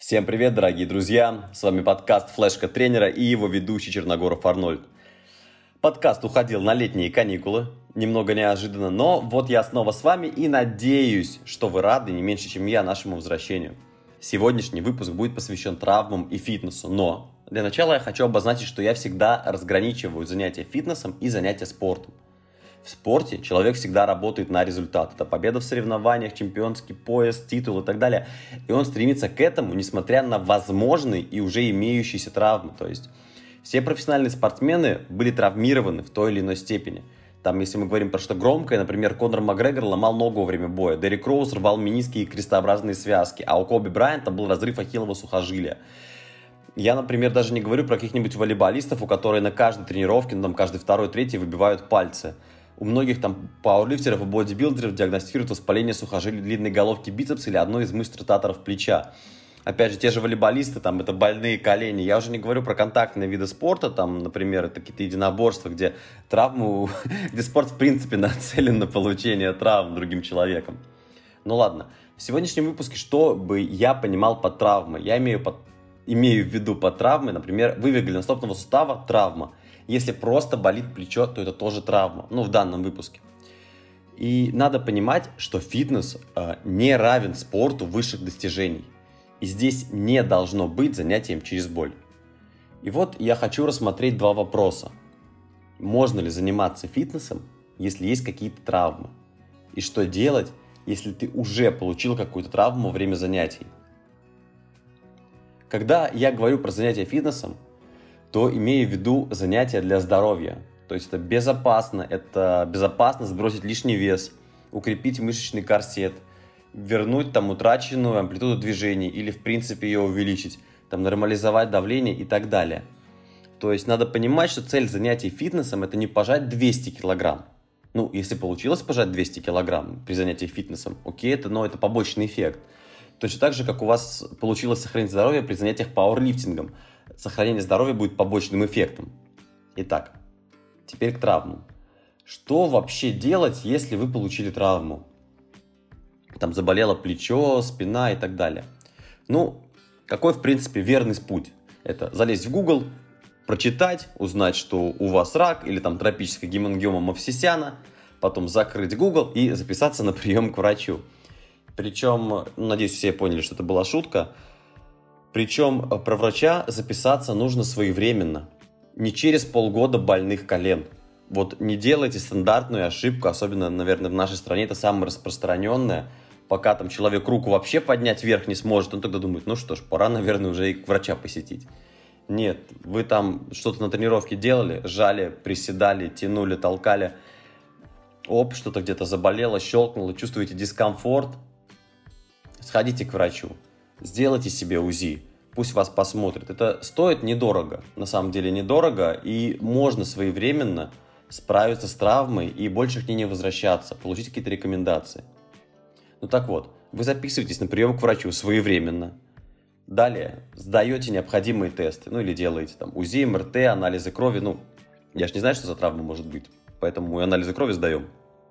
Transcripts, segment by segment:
Всем привет, дорогие друзья! С вами подкаст «Флешка тренера» и его ведущий Черногоров Арнольд. Подкаст уходил на летние каникулы, немного неожиданно, но вот я снова с вами и надеюсь, что вы рады не меньше, чем я, нашему возвращению. Сегодняшний выпуск будет посвящен травмам и фитнесу, но для начала я хочу обозначить, что я всегда разграничиваю занятия фитнесом и занятия спортом. В спорте человек всегда работает на результат. Это победа в соревнованиях, чемпионский пояс, титул и так далее. И он стремится к этому, несмотря на возможные и уже имеющиеся травмы. То есть все профессиональные спортсмены были травмированы в той или иной степени. Там, если мы говорим про что громкое, например, Конор Макгрегор ломал ногу во время боя, Деррик Роуз рвал мениски и крестообразные связки, а у Коби Брайанта был разрыв ахиллового сухожилия. Я, например, даже не говорю про каких-нибудь волейболистов, у которых на каждой тренировке, там каждый второй, третий выбивают пальцы. У многих там пауэрлифтеров и бодибилдеров диагностируют воспаление сухожилий длинной головки бицепса или одной из мышц ротаторов плеча. Опять же, те же волейболисты, там, это больные колени. Я уже не говорю про контактные виды спорта, там, например, это какие-то единоборства, где травму, где спорт, в принципе, нацелен на получение травм другим человеком. Ну ладно, в сегодняшнем выпуске, что бы я понимал под травмой? Я имею в виду под травмой, например, вывих голеностопного сустава – травма. Если просто болит плечо, то это тоже травма, в данном выпуске. И надо понимать, что фитнес не равен спорту высших достижений. И здесь не должно быть занятием через боль. И вот я хочу рассмотреть два вопроса. Можно ли заниматься фитнесом, если есть какие-то травмы? И что делать, если ты уже получил какую-то травму во время занятий? Когда я говорю про занятия фитнесом, то имею в виду занятия для здоровья. То есть это безопасно сбросить лишний вес, укрепить мышечный корсет, вернуть там утраченную амплитуду движений или в принципе ее увеличить, там нормализовать давление и так далее. То есть надо понимать, что цель занятий фитнесом это не пожать 200 килограмм. Если получилось пожать 200 килограмм при занятии фитнесом, окей, это побочный эффект. Точно так же, как у вас получилось сохранить здоровье при занятиях пауэрлифтингом. Сохранение здоровья будет побочным эффектом. Итак, теперь к травмам. Что вообще делать, если вы получили травму? Там заболело плечо, спина и так далее. Какой в принципе верный путь? Это залезть в Google, прочитать, узнать, что у вас рак или там тропическая гемангиома Мовсисяна, потом закрыть Google и записаться на прием к врачу. Причем, надеюсь, все поняли, что это была шутка. Причем про врача записаться нужно своевременно. Не через полгода больных колен. Вот не делайте стандартную ошибку, особенно, наверное, в нашей стране это самое распространенное. Пока там человек руку вообще поднять вверх не сможет, он тогда думает, пора, наверное, уже и к врача посетить. Нет, вы там что-то на тренировке делали, жали, приседали, тянули, толкали. Что-то где-то заболело, щелкнуло, чувствуете дискомфорт. Сходите к врачу. Сделайте себе УЗИ, пусть вас посмотрят. Это стоит недорого, на самом деле недорого, и можно своевременно справиться с травмой и больше к ней не возвращаться, получить какие-то рекомендации. Так вот, вы записываетесь на прием к врачу своевременно. Далее сдаете необходимые тесты, или делаете там УЗИ, МРТ, анализы крови. Я же не знаю, что за травма может быть, поэтому и анализы крови сдаем.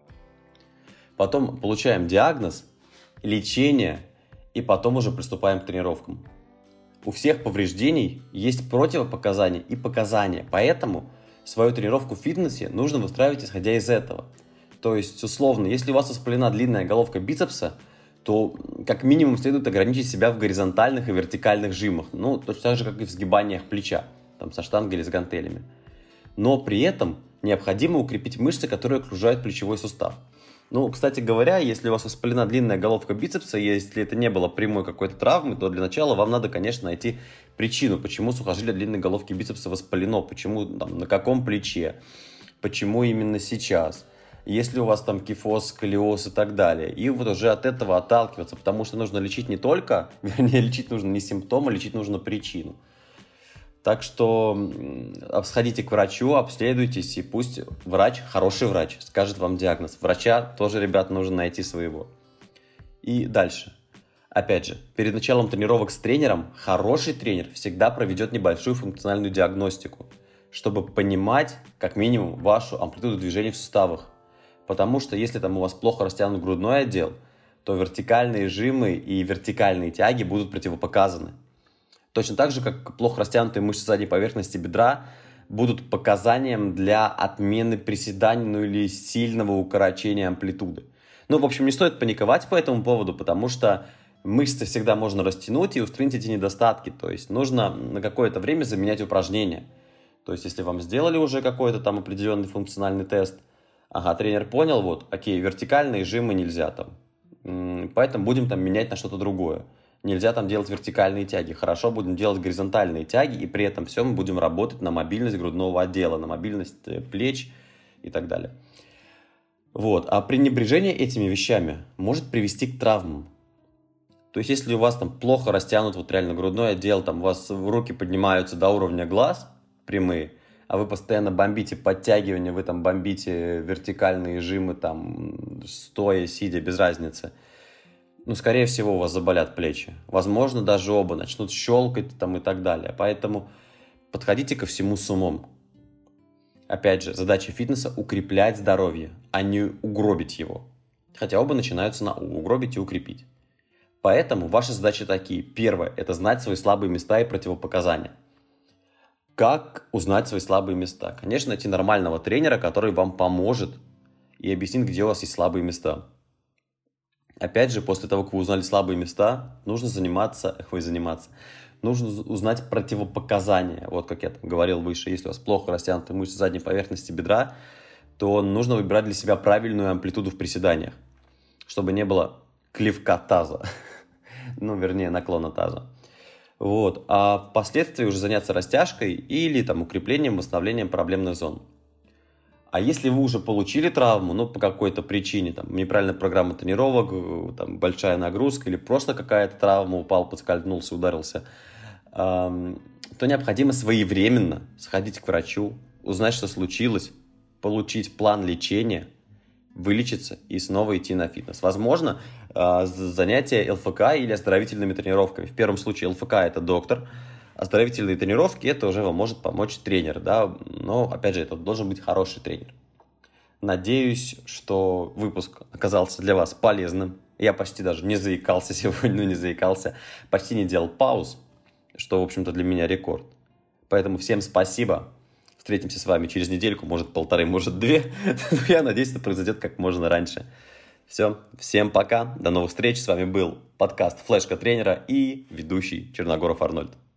Потом получаем диагноз, лечение, и потом уже приступаем к тренировкам. У всех повреждений есть противопоказания и показания, поэтому свою тренировку в фитнесе нужно выстраивать исходя из этого. То есть, условно, если у вас воспалена длинная головка бицепса, то как минимум следует ограничить себя в горизонтальных и вертикальных жимах, точно так же, как и в сгибаниях плеча, там со штангой или с гантелями. Но при этом необходимо укрепить мышцы, которые окружают плечевой сустав. Кстати говоря, если у вас воспалена длинная головка бицепса, если это не было прямой какой-то травмы, то для начала вам надо, конечно, найти причину, почему сухожилие длинной головки бицепса воспалено, почему, на каком плече, почему именно сейчас, если у вас там кифоз, сколиоз и так далее. И вот уже от этого отталкиваться, потому что нужно лечить лечить нужно не симптомы, лечить нужно причину. Так что сходите к врачу, обследуйтесь, и пусть врач, хороший врач, скажет вам диагноз. Врача тоже, ребят, нужно найти своего. И дальше. Опять же, перед началом тренировок с тренером хороший тренер всегда проведет небольшую функциональную диагностику, чтобы понимать, как минимум, вашу амплитуду движений в суставах. Потому что если там у вас плохо растянут грудной отдел, то вертикальные жимы и вертикальные тяги будут противопоказаны. Точно так же, как плохо растянутые мышцы задней поверхности бедра будут показанием для отмены приседаний, ну или сильного укорочения амплитуды. Ну, в общем, не стоит паниковать по этому поводу, потому что мышцы всегда можно растянуть и устранить эти недостатки. То есть нужно на какое-то время заменять упражнения. То есть если вам сделали уже какой-то там определенный функциональный тест, ага, тренер понял, вот, окей, вертикальные жимы нельзя там, поэтому будем там менять на что-то другое. Нельзя там делать вертикальные тяги, хорошо, будем делать горизонтальные тяги, и при этом всем мы будем работать на мобильность грудного отдела, на мобильность плеч и так далее. Вот, а пренебрежение этими вещами может привести к травмам. То есть, если у вас там плохо растянут вот реально грудной отдел, там у вас руки поднимаются до уровня глаз, прямые, а вы постоянно бомбите подтягивания, вы там бомбите вертикальные жимы, там, стоя, сидя, без разницы, ну, скорее всего, у вас заболят плечи. Возможно, даже оба начнут щелкать там и так далее. Поэтому подходите ко всему с умом. Опять же, задача фитнеса – укреплять здоровье, а не угробить его. Хотя оба начинаются на угробить и укрепить. Поэтому ваши задачи такие. Первое – это знать свои слабые места и противопоказания. Как узнать свои слабые места? Конечно, найти нормального тренера, который вам поможет и объяснит, где у вас есть слабые места. Опять же, после того, как вы узнали слабые места, нужно нужно узнать противопоказания. Вот как я там говорил выше, если у вас плохо растянуты мышцы задней поверхности бедра, то нужно выбирать для себя правильную амплитуду в приседаниях, чтобы не было клевка таза, ну, вернее, наклона таза. Вот. А впоследствии уже заняться растяжкой или там укреплением, восстановлением проблемных зон. А если вы уже получили травму, ну, по какой-то причине, там, неправильная программа тренировок, там, большая нагрузка или просто какая-то травма, упал, подскользнулся, ударился, то необходимо своевременно сходить к врачу, узнать, что случилось, получить план лечения, вылечиться и снова идти на фитнес. Возможно, занятия ЛФК или оздоровительными тренировками. В первом случае ЛФК – это доктор, оздоровительные тренировки – это уже вам может помочь тренер, да, но, опять же, это должен быть хороший тренер. Надеюсь, что выпуск оказался для вас полезным. Я почти даже не заикался сегодня, почти не делал пауз, что, в общем-то, для меня рекорд. Поэтому всем спасибо. Встретимся с вами через недельку, может, полторы, может, две. Я надеюсь, это произойдет как можно раньше. Все, всем пока, до новых встреч. С вами был подкаст «Флешка тренера» и ведущий Черногоров Арнольд.